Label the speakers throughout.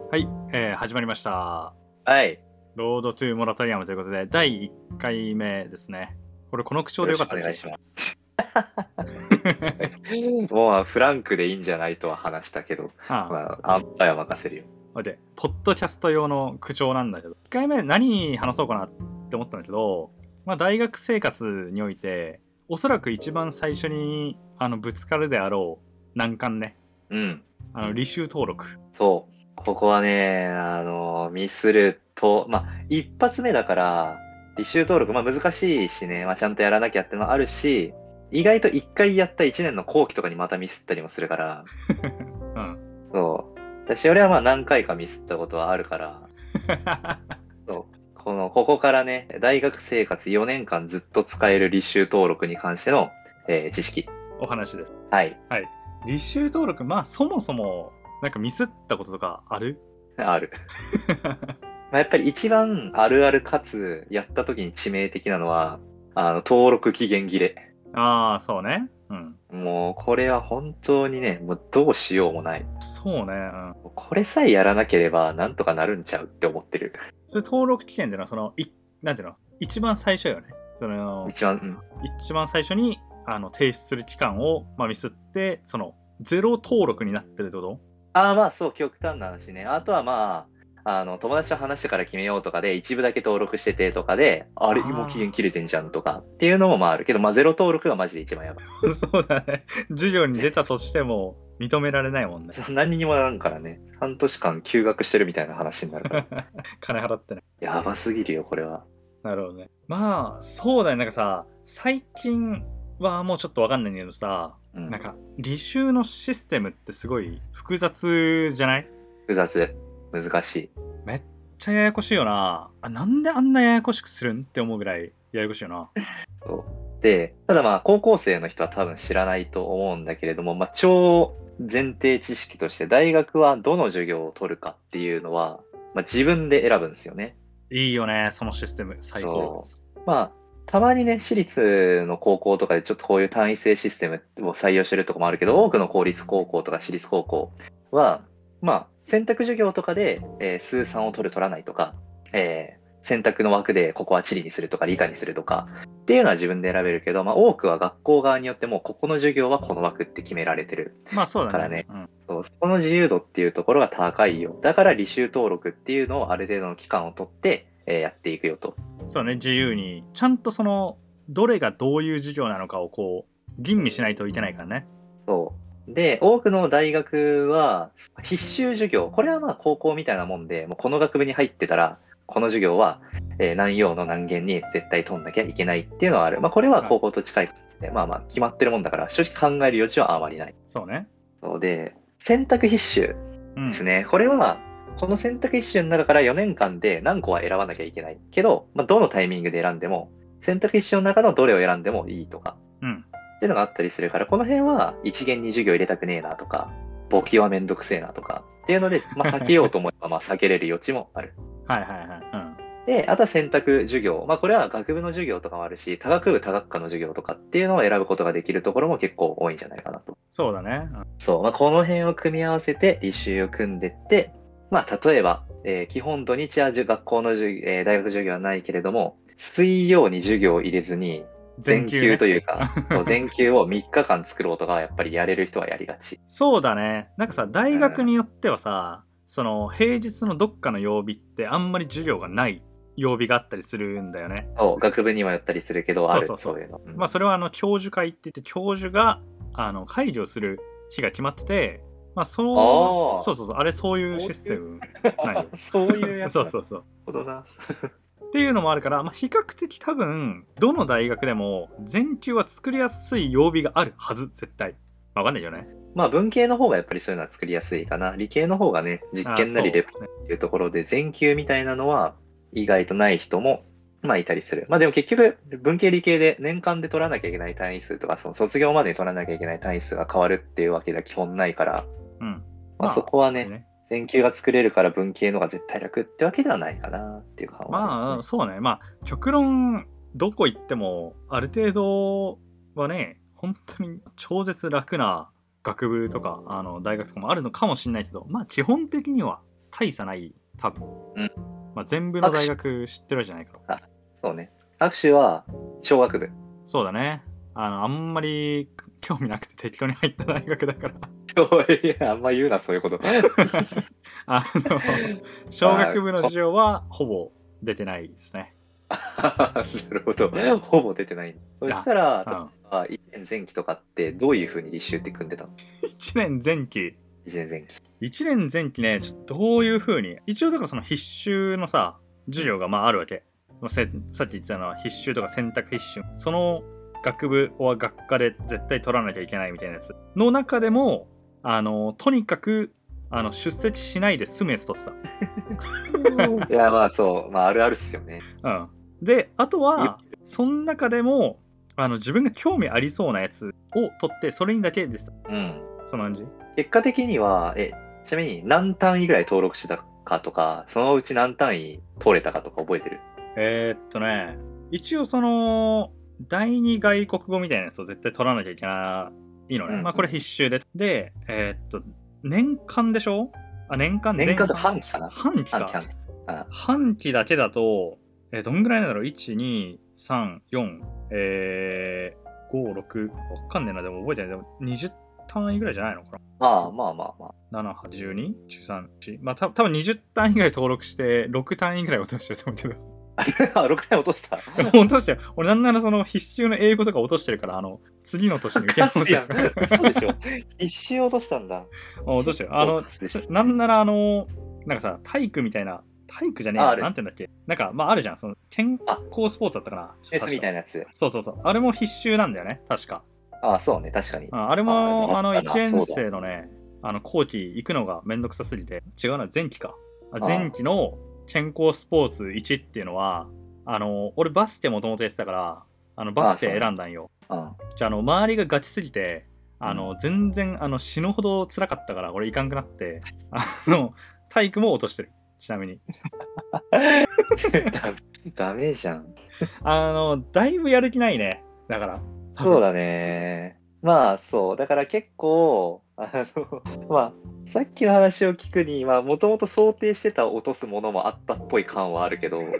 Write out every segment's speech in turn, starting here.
Speaker 1: はい、始まりました。
Speaker 2: はい。
Speaker 1: ロードトゥーモラトリアムということで、第1回目ですね。これ、この口調
Speaker 2: よろしく
Speaker 1: でよかったっけ？
Speaker 2: お願いします。もうフランクでいいんじゃないとは話したけど、
Speaker 1: あ
Speaker 2: まあ、アンパイは任せるよ。
Speaker 1: あ、で、ポッドキャスト用の口調なんだけど、1回目何話そうかなって思ったんだけど、まあ、大学生活において、おそらく一番最初にぶつかるであろう難関ね。
Speaker 2: うん。
Speaker 1: 履修登録。
Speaker 2: そう。ここはね、ミスると、まあ、一発目だから、履修登録、まあ難しいしね、まあちゃんとやらなきゃってのもあるし、意外と一回やった一年の後期とかにまたミスったりもするから、
Speaker 1: うん。
Speaker 2: そう。俺はまあ何回かミスったことはあるから、そう。ここからね、大学生活4年間ずっと使える履修登録に関しての、知識。
Speaker 1: お話です。
Speaker 2: はい。
Speaker 1: はい。履修登録、まあそもそも、なんかミスったこととかある？
Speaker 2: ある。まあやっぱり一番あるあるかつ、やった時に致命的なのは、登録期限切れ。
Speaker 1: ああ、そうね。うん。
Speaker 2: もう、これは本当にね、もうどうしようもない。
Speaker 1: そうね。うん。
Speaker 2: これさえやらなければ、なんとかなるんちゃうって思ってる。
Speaker 1: それ登録期限っていうのは、なんていうの、一番最初よね。その、
Speaker 2: 一番、うん。
Speaker 1: 一番最初に、提出する期間を、まあ、ミスって、ゼロ登録になってるってこと？
Speaker 2: ああ、まあそう、極端な話ね。あとはまあ、友達と話してから決めようとかで、一部だけ登録しててとかで、あれ、もう期限切れてんじゃんとかっていうのもまああるけど、まあゼロ登録がマジで一番やばい。
Speaker 1: そうだね。授業に出たとしても、認められないもんね。
Speaker 2: 何にもならんからね。半年間休学してるみたいな話になるから。
Speaker 1: 金払ってね。
Speaker 2: やばすぎるよ、これは。
Speaker 1: なるほどね。まあ、そうだね。なんかさ、最近はもうちょっとわかんないんだけどさ、
Speaker 2: うん。
Speaker 1: なんか、履修のシステムってすごい複雑じゃない？
Speaker 2: 複雑。難しい。
Speaker 1: めっちゃややこしいよな。なんであんなややこしくするんって思うぐらいややこしいよな。
Speaker 2: そうで、ただまあ、高校生の人は多分知らないと思うんだけれども、まあ、超前提知識として、大学はどの授業を取るかっていうのは、まあ、自分で選ぶんですよね。
Speaker 1: いいよね、そのシステム。最高。
Speaker 2: そう。まあ、たまにね、私立の高校とかでちょっとこういう単位制システムを採用してるとこもあるけど、多くの公立高校とか私立高校は、まあ、選択授業とかで、数3を取る取らないとか、選択の枠でここは地理にするとか理科にするとかっていうのは自分で選べるけど、まあ、多くは学校側によってもここの授業はこの枠って決められてる
Speaker 1: まあそうだね。
Speaker 2: からね。
Speaker 1: うん。
Speaker 2: そう、そこの自由度っていうところが高いよ。だから履修登録っていうのをある程度の期間を取って、やっていくよと。
Speaker 1: そうね、自由に。ちゃんとどれがどういう授業なのかを吟味しないといけないからね。
Speaker 2: そう。で、多くの大学は必修授業、これはまあ高校みたいなもんで、もうこの学部に入ってたら、この授業は、何曜の何限に絶対取んなきゃいけないっていうのはある。まあこれは高校と近いで、まあまあ決まってるもんだから、正直考える余地はあまりない。
Speaker 1: そうね。
Speaker 2: そうで、選択必修
Speaker 1: うん。
Speaker 2: ですね。これは、この選択必修の中から4年間で何個は選ばなきゃいけない。けど、まあ、どのタイミングで選んでも、選択必修の中のどれを選んでもいいとか、
Speaker 1: うん。
Speaker 2: っていうのがあったりするから、この辺は一元に授業入れたくねえなとか、簿記はめんどくせえなとか、っていうので、まあ、避けようと思えば、まあ、避けれる余地もある。
Speaker 1: はいはいはい。うん。
Speaker 2: で、あとは選択授業。まあ、これは学部の授業とかもあるし、多学部多学科の授業とかっていうのを選ぶことができるところも結構多いんじゃないかなと。
Speaker 1: そうだね。うん。
Speaker 2: そう、まあ、この辺を組み合わせて履修を組んでって、まあ、例えば、基本土日は学校の大学授業はないけれども、水曜に授業を入れずに、全休
Speaker 1: 全休ね。
Speaker 2: というか、そう全休を3日間作ろうとか、やっぱりやれる人はやりがち。
Speaker 1: そうだね。なんかさ、大学
Speaker 2: うん。
Speaker 1: によってはさ、平日のどっかの曜日ってあんまり授業がない曜日があったりするんだよね。
Speaker 2: そう、学部にもよったりするけど、ある、
Speaker 1: そうそうそう。
Speaker 2: そういうの。うん。
Speaker 1: まあそれは教授会って言って教授が会議をする日が決まってて、まあ
Speaker 2: ああ、
Speaker 1: そうそうそう、あれそういうシ
Speaker 2: そういう
Speaker 1: ステムなんよ。
Speaker 2: そういうやつな。なる
Speaker 1: そうそうそう。
Speaker 2: ほどな。
Speaker 1: っていうのもあるから、まあ、比較的多分どの大学でも全休は作りやすい曜日があるはず、絶対。わかんないよね。
Speaker 2: まあ、文系の方がやっぱりそういうのは作りやすいかな。理系の方がね、実
Speaker 1: ああ、
Speaker 2: 験なりレポ
Speaker 1: そうね。
Speaker 2: っていうところで、全休みたいなのは意外とない人も、まあ、いたりする。まあ、でも結局、文系理系で年間で取らなきゃいけない単位数とか、その卒業までに取らなきゃいけない単位数が変わるっていうわけでは基本ないから、
Speaker 1: うん。
Speaker 2: まあ、そ
Speaker 1: まあ、
Speaker 2: こはね、
Speaker 1: でね。
Speaker 2: 全休が作れるから文系のが絶対楽ってわけではないかなっていう感はあります
Speaker 1: まあ、
Speaker 2: ね。
Speaker 1: そうね。まあ、極論、どこ行っても、ある程度はね、本当に超絶楽な学部とか、大学とかもあるのかもしれないけど、まあ、基本的には大差ない多分、
Speaker 2: うん
Speaker 1: まあ、全部の大学知ってるわけじゃないから。
Speaker 2: そうね。博士は小学部。
Speaker 1: そうだね。あんまり興味なくて適当に入った大学だから
Speaker 2: いやあんま言うな、そういうこと。
Speaker 1: 小学部の授業はほぼ出てないですね。
Speaker 2: なるほど。ほぼ出てない。そしたら、1年前期とかってどういうふうに履修って組んでたの？
Speaker 1: 1年前期。
Speaker 2: 1年前期。
Speaker 1: 1年前期ね、ちょっとどういうふうに、一応だからその必修のさ、授業がまああるわけ。さっき言ってたのは必修とか選択必修。その学部は学科で絶対取らなきゃいけないみたいなやつの中でも、とにかく出席しないで済むやつ取って
Speaker 2: た。いや、まあそう、まああるあるっすよね。
Speaker 1: うん。で、あとは、その中でも、自分が興味ありそうなやつを取って、それにだけです。
Speaker 2: うん。
Speaker 1: その感じ。
Speaker 2: 結果的には、ちなみに何単位ぐらい登録してたかとか、そのうち何単位通れたかとか覚えてる？
Speaker 1: 一応その、第二外国語みたいなやつを絶対取らなきゃいけないのね。まあこれ必修で。で、年間でしょ？年間
Speaker 2: と半期かな？
Speaker 1: 半期か。半期だけだと、どんぐらいなんだろう？ 1、2、3、4、5、6、わかんねえな、でも覚えてない。でも20単位ぐらいじゃないのかな？
Speaker 2: まあ。
Speaker 1: 7、8、12、13、14。まあ多分20単位ぐらい登録して、6単位ぐらい落としてると思うけど。
Speaker 2: 6単位落とした。
Speaker 1: 落としてる。俺なんならその必修の英語とか落としてるから、次の年に受け直してるから。
Speaker 2: そうでしょ。必修落としたんだ。
Speaker 1: 落としてる。なんならなんかさ、体育みたいな、体育じゃねえな、なんて言うんだっけ。なんか、まああるじゃん。その健康スポーツだったかな。
Speaker 2: S みたいなやつ。
Speaker 1: そう。あれも必修なんだよね、確か。
Speaker 2: そうね、確かに。
Speaker 1: あれも、1年生のね、後期行くのがめんどくさすぎて、違うな、前期か。前期の健康スポーツ1っていうのは、俺バスケもともとやってたから、バスケ選んだんよ。じゃあ、周りがガチすぎて、全然、死ぬほど辛かったから、俺いかんくなって、体育も落としてる。ちなみに。
Speaker 2: ダメじゃん。
Speaker 1: だいぶやる気ないね。だから。
Speaker 2: そうだね。まあそう。だから結構、まあ、さっきの話を聞くに、まあ、もともと想定してた落とすものもあったっぽい感はあるけど、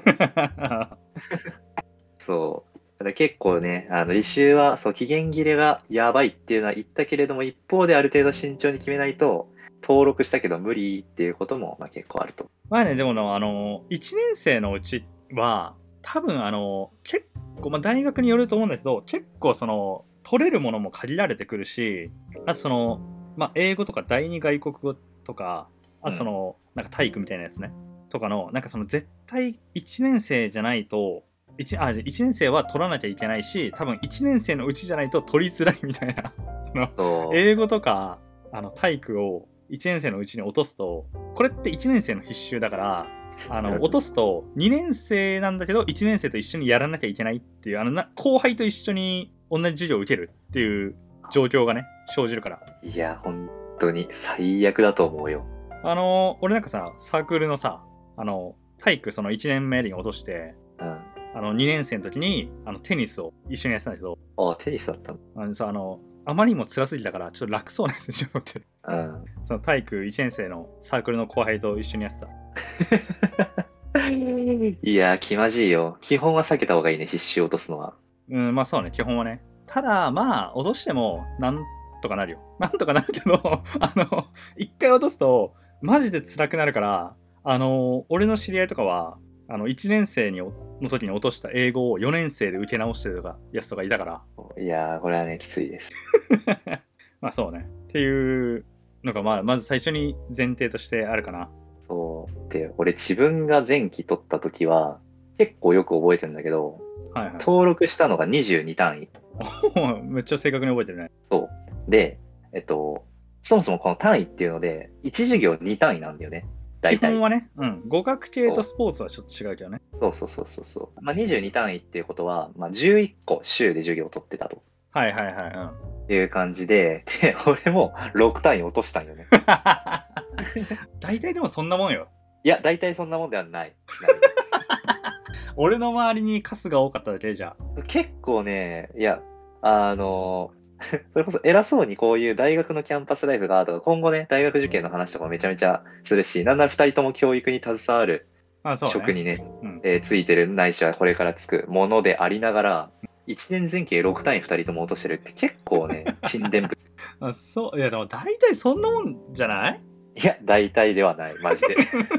Speaker 2: そう。ただ結構ね、履修は、そう、期限切れがやばいっていうのは言ったけれども、一方である程度慎重に決めないと、登録したけど無理っていうことも、まあ、結構あると。
Speaker 1: まあね、でも1年生のうちは、多分結構、まあ大学によると思うんだけど、結構取れるものも限られてくるし、あとまあ英語とか第二外国語とか、あとなんか体育みたいなやつね、とかの、なんか絶対1年生じゃないと、1年生は取らなきゃいけないし、多分1年生のうちじゃないと取りづらいみたいな、英語とか、体育を1年生のうちに落とすと、これって1年生の必修だから、落とすと2年生なんだけど1年生と一緒にやらなきゃいけないっていう後輩と一緒に同じ授業を受けるっていう状況がね生じるから。
Speaker 2: いや本当に最悪だと思うよ。
Speaker 1: 俺なんかさサークルのさ体育その1年目に落として、2年生の時にテニスを一緒にやってたんだけど。
Speaker 2: テニスだった
Speaker 1: の？あまりにも辛すぎたからちょっと楽そうなやつにしようって、その体育1年生のサークルの後輩と一緒にやってた。
Speaker 2: いや気まじいよ。基本は避けた方がいいね、必修落とすのは。
Speaker 1: まあそうね、基本はね。ただまあ落としてもなんとかなるよ。なんとかなるけど一回落とすとマジで辛くなるから、俺の知り合いとかは1年生の時に落とした英語を4年生で受け直してるとかやつとかいたから。
Speaker 2: いやこれはねきついです。
Speaker 1: まあそうねっていうのがまず最初に前提としてあるかな。
Speaker 2: そうで俺自分が前期取った時は結構よく覚えてるんだけど、登録したのが22単位。
Speaker 1: めっちゃ正確に覚えてるね。
Speaker 2: そうでそもそもこの単位っていうので1授業2単位なんだよね。
Speaker 1: 基本はね、語学系とスポーツはちょっと違うけどね。
Speaker 2: そう。まあ、22単位っていうことは、まあ、11個週で授業を取ってたと。っていう感じで、俺も6単位落としたんよね。
Speaker 1: 大体でもそんなもんよ。
Speaker 2: いや、大体そんなもんではない。俺
Speaker 1: の周りにカスが多かっただけじゃ。
Speaker 2: 結構ね、いや、 それこそ偉そうにこういう大学のキャンパスライフがとか、今後ね、大学受験の話とかもめちゃめちゃするし、なんなら2人とも教育に携わる
Speaker 1: あ、そうね。
Speaker 2: 職にね、
Speaker 1: うん。
Speaker 2: ついてるないしはこれからつくものでありながら、1年前期6単位2人とも落としてるって結構ね、沈殿物。
Speaker 1: あ、そう。いや、でも大体そんなもんじゃない？
Speaker 2: いや、大体ではない、マジで。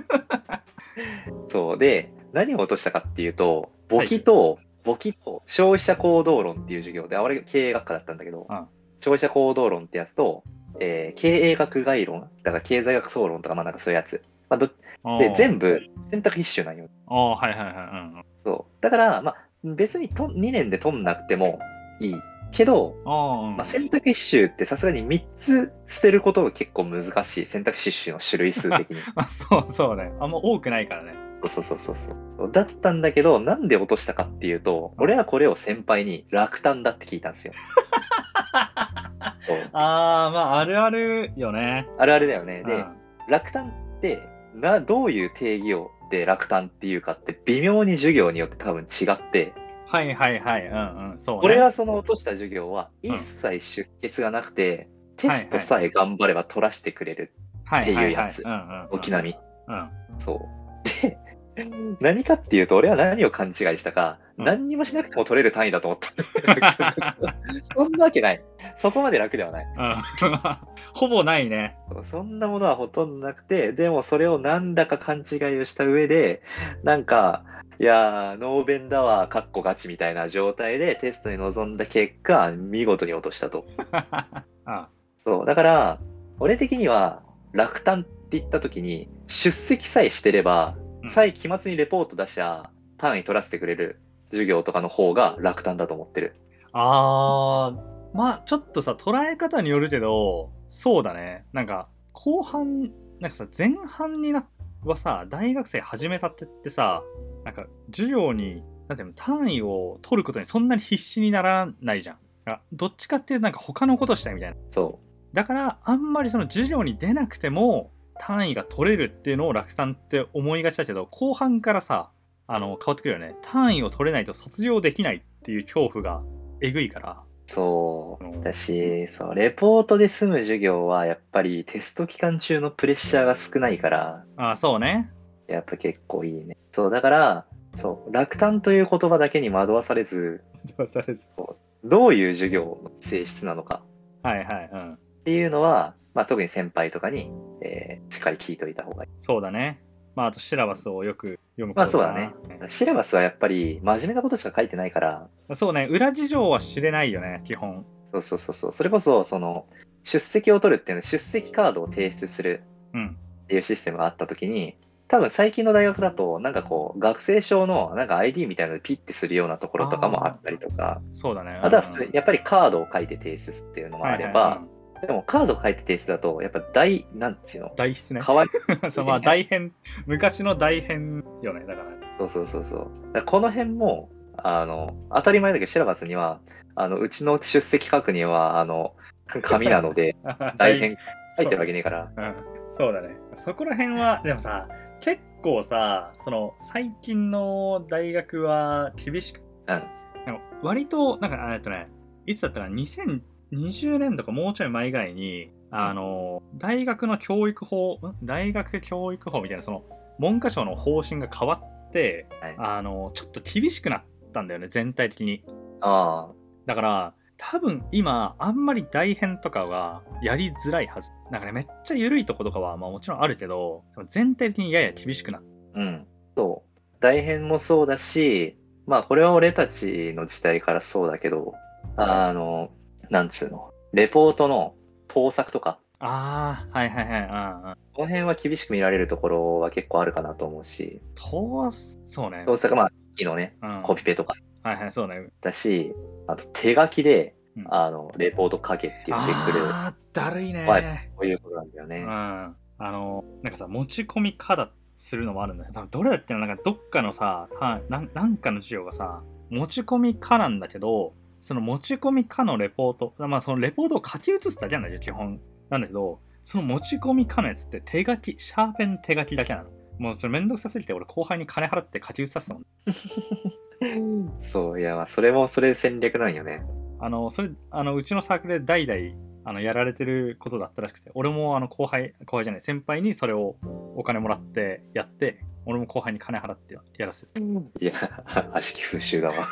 Speaker 2: そう。で、何を落としたかっていうと、簿記と消費者行動論っていう授業で、俺経営学科だったんだけど、
Speaker 1: うん。
Speaker 2: 消費者行動論ってやつと、経営学概論、だから経済学総論とか、まあなんかそういうやつ。まあ、で、全部選択必修なんよ。
Speaker 1: ああ、はいはいはい。うん。
Speaker 2: そう。だから、まあ、別に2年で取んなくてもいい。けど、
Speaker 1: あ
Speaker 2: まあ、選択必修ってさすがに3つ捨てることが結構難しい。選択必修の種類数的に。
Speaker 1: あ、そうそうね。あんま多くないからね。
Speaker 2: そう。だったんだけど、なんで落としたかっていうと、俺はこれを先輩に落胆だって聞いたんですよ。そう
Speaker 1: ああ、まああるあるよね。
Speaker 2: あるあるだよね。で、
Speaker 1: うん
Speaker 2: 落胆ってどういう定義をで落胆っていうかって微妙に授業によって多分違って、
Speaker 1: はいはいはい。うんうん。そうね。
Speaker 2: 俺はその落とした授業は
Speaker 1: うん
Speaker 2: 一切出欠がなくて、テストさえ頑張れば取らせてくれるっていうやつ。
Speaker 1: うんうんうん。
Speaker 2: 軒並み。
Speaker 1: うん。
Speaker 2: そう。で、何かっていうと、俺は何を勘違いしたか、
Speaker 1: うん
Speaker 2: 何にもしなくても取れる単位だと思った。そんなわけない。そこまで楽ではない。
Speaker 1: うん。ほぼないね。
Speaker 2: そんなものはほとんどなくて、でもそれをなんだか勘違いをした上で、なんか、いやー、ノーベンだわ、カッコガチみたいな状態でテストに臨んだ結果、見事に落としたと。
Speaker 1: あ
Speaker 2: そう、だから、俺的には、落胆って言った時に、出席さえしてれば、期末にレポート出しゃ、単位取らせてくれる授業とかの方が落胆だと思ってる。
Speaker 1: あー、まあちょっとさ、捉え方によるけど、そうだね。なんか、後半、なんかさ、前半にはさ、大学生始めたってってさ、なんか、授業に、なんていうの、単位を取ることにそんなに必死にならないじゃん。どっちかっていうとなんか他のことしたいみたいな。
Speaker 2: そ
Speaker 1: だからあんまりその授業に出なくても単位が取れるっていうのを落胆って思いがちだけど、後半からさ変わってくるよね。単位を取れないと卒業できないっていう恐怖がえぐいから。
Speaker 2: そうだし、そう、レポートで済む授業はやっぱりテスト期間中のプレッシャーが少ないから、
Speaker 1: あ、そうね。
Speaker 2: やっぱ結構いいね。そう、だから、そう、落胆という言葉だけに惑わされず、どういう授業の性質なのか
Speaker 1: はいはい。
Speaker 2: っていうのは、まあ、特に先輩とかに、しっかり聞いといた方がいい。
Speaker 1: そうだね。まああとシラバスをよく読むこ
Speaker 2: まあ
Speaker 1: とかな。
Speaker 2: そうだね。シラバスはやっぱり真面目なことしか書いてないから、
Speaker 1: そうね。裏事情は知れないよね、基本。
Speaker 2: そう。それこそ、出席を取るっていうのは、出席カードを提出する
Speaker 1: うん。
Speaker 2: っていうシステムがあったときに、多分最近の大学だと、なんかこう、学生証のなんか ID みたいなのでピッてするようなところとかもあったりとか、
Speaker 1: そうだね。
Speaker 2: あとは普通にやっぱりカードを書いて提出っていうのもあれば、でもカードを書いて提出だと、やっぱなんていうの
Speaker 1: 代筆ね。
Speaker 2: 変わり
Speaker 1: そう、まあ大変、昔の大変よね、だから。
Speaker 2: そう。だからこの辺も、当たり前だけど、シラバスには、うちの出席確認は、紙なので、大変書いてるわけねえから。
Speaker 1: そうだね。そこら辺は、でもさ、結構さ、最近の大学は厳しく、でも割と、なんか、いつだったかな、2020年とかもうちょい前ぐらいに、大学教育法みたいな、文科省の方針が変わって、
Speaker 2: はい、
Speaker 1: ちょっと厳しくなったんだよね、全体的に。だから、多分今、あんまり大編とかはやりづらいはず。なんかね、めっちゃ緩いとことかは、まあもちろんあるけど、全体的にやや厳しくなった。
Speaker 2: うん。そう。大変もそうだし、まあこれは俺たちの時代からそうだけど、なんつうの、レポートの盗作とか。
Speaker 1: はい。
Speaker 2: この辺は厳しく見られるところは結構あるかなと思うし。
Speaker 1: そうね。
Speaker 2: 盗作、まあ、機のね、コピペとか。
Speaker 1: そうね。
Speaker 2: だし、あと手書きで、レポート書けって言ってくる。
Speaker 1: だるいね。
Speaker 2: こういうことなんだよね。
Speaker 1: なんかさ、持ち込みからするのもあるんだよ。多分どれだっけな、なんかどっかのさ、なんかの授業がさ、持ち込みかなんだけど、その持ち込みかのレポート、まあそのレポートを書き写すだけなんだよ、基本。なんだけど、その持ち込みかのやつってシャーペン手書きだけなの。もうそれめんどくさすぎて、俺後輩に金払って書き写させたもん。
Speaker 2: そう、いや、まあそれもそれ戦略なんよね。
Speaker 1: それうちのサークルで代々やられてることだったらしくて、俺も後輩じゃない先輩にそれをお金もらってやって、俺も後輩に金払ってやらせて
Speaker 2: いや、悪しき風習だわ。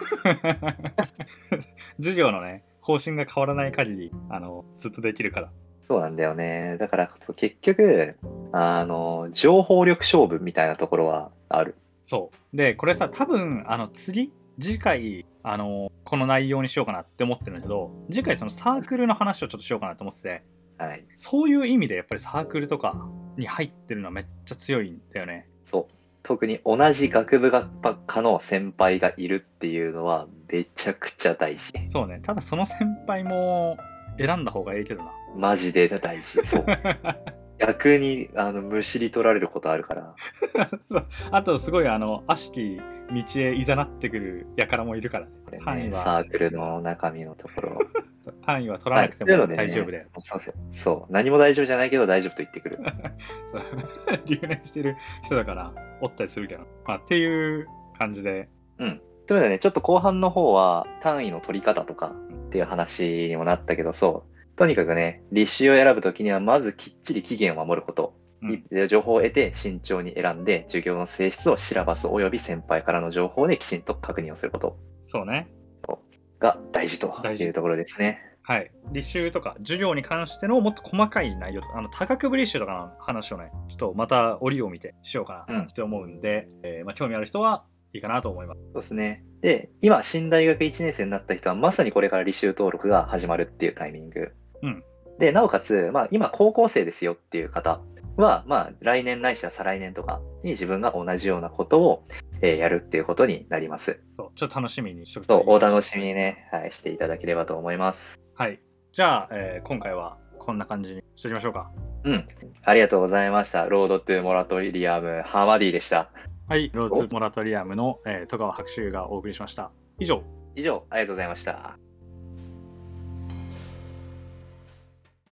Speaker 1: 授業のね方針が変わらない限りずっとできるから。
Speaker 2: そうなんだよね。だから結局、情報力勝負みたいなところはある。
Speaker 1: そうで、これさ、多分次回この内容にしようかなって思ってるんだけど、次回そのサークルの話をちょっとしようかなと思ってて、
Speaker 2: はい、
Speaker 1: そういう意味でやっぱりサークルとかに入ってるのはめっちゃ強いんだよね。
Speaker 2: そう。特に同じ学部学科の先輩がいるっていうのはめちゃくちゃ大事。
Speaker 1: そうね。ただその先輩も選んだ方がいいけどな。
Speaker 2: マジで大事。そう。逆にむしり取られることあるから
Speaker 1: そう。あとすごい悪しき道へいざなってくる輩もいるからね。
Speaker 2: ね、
Speaker 1: 単位は
Speaker 2: サークルの中身のところ
Speaker 1: 単位は取らなくても大丈夫だよ、
Speaker 2: そう何も大丈夫じゃないけど大丈夫と言ってくる
Speaker 1: そう留年してる人だからおったりするけど、まあ、っていう感じで、
Speaker 2: ということでね、ちょっと後半の方は単位の取り方とかっていう話にもなったけど、そうとにかくね、履修を選ぶときにはまずきっちり期限を守ること、情報を得て慎重に選んで、授業の性質をシラバスおよび先輩からの情報できちんと確認をすること
Speaker 1: そうね
Speaker 2: が大事というところですね。
Speaker 1: はい、履修とか授業に関してのもっと細かい内容とか多学部履修とかの話をね、ちょっとまた折を見てしようかなって思うんで、興味ある人はいいかなと思います。
Speaker 2: そうですね。で、今新大学1年生になった人はまさにこれから履修登録が始まるっていうタイミング。で、なおかつ、今高校生ですよっていう方は、来年ないしは再来年とかに自分が同じようなことを、やるっていうことになります。
Speaker 1: そう、ちょっと楽しみにして
Speaker 2: お楽しみにね、はい、していただければと思います。
Speaker 1: はい。じゃあ、今回はこんな感じにしておきましょうか。
Speaker 2: ありがとうございました。ロードトゥモラトリアムハマディでした。
Speaker 1: はい、ロードトゥモラトリアムの、戸川博修がお送りしました。以上、
Speaker 2: ありがとうございました。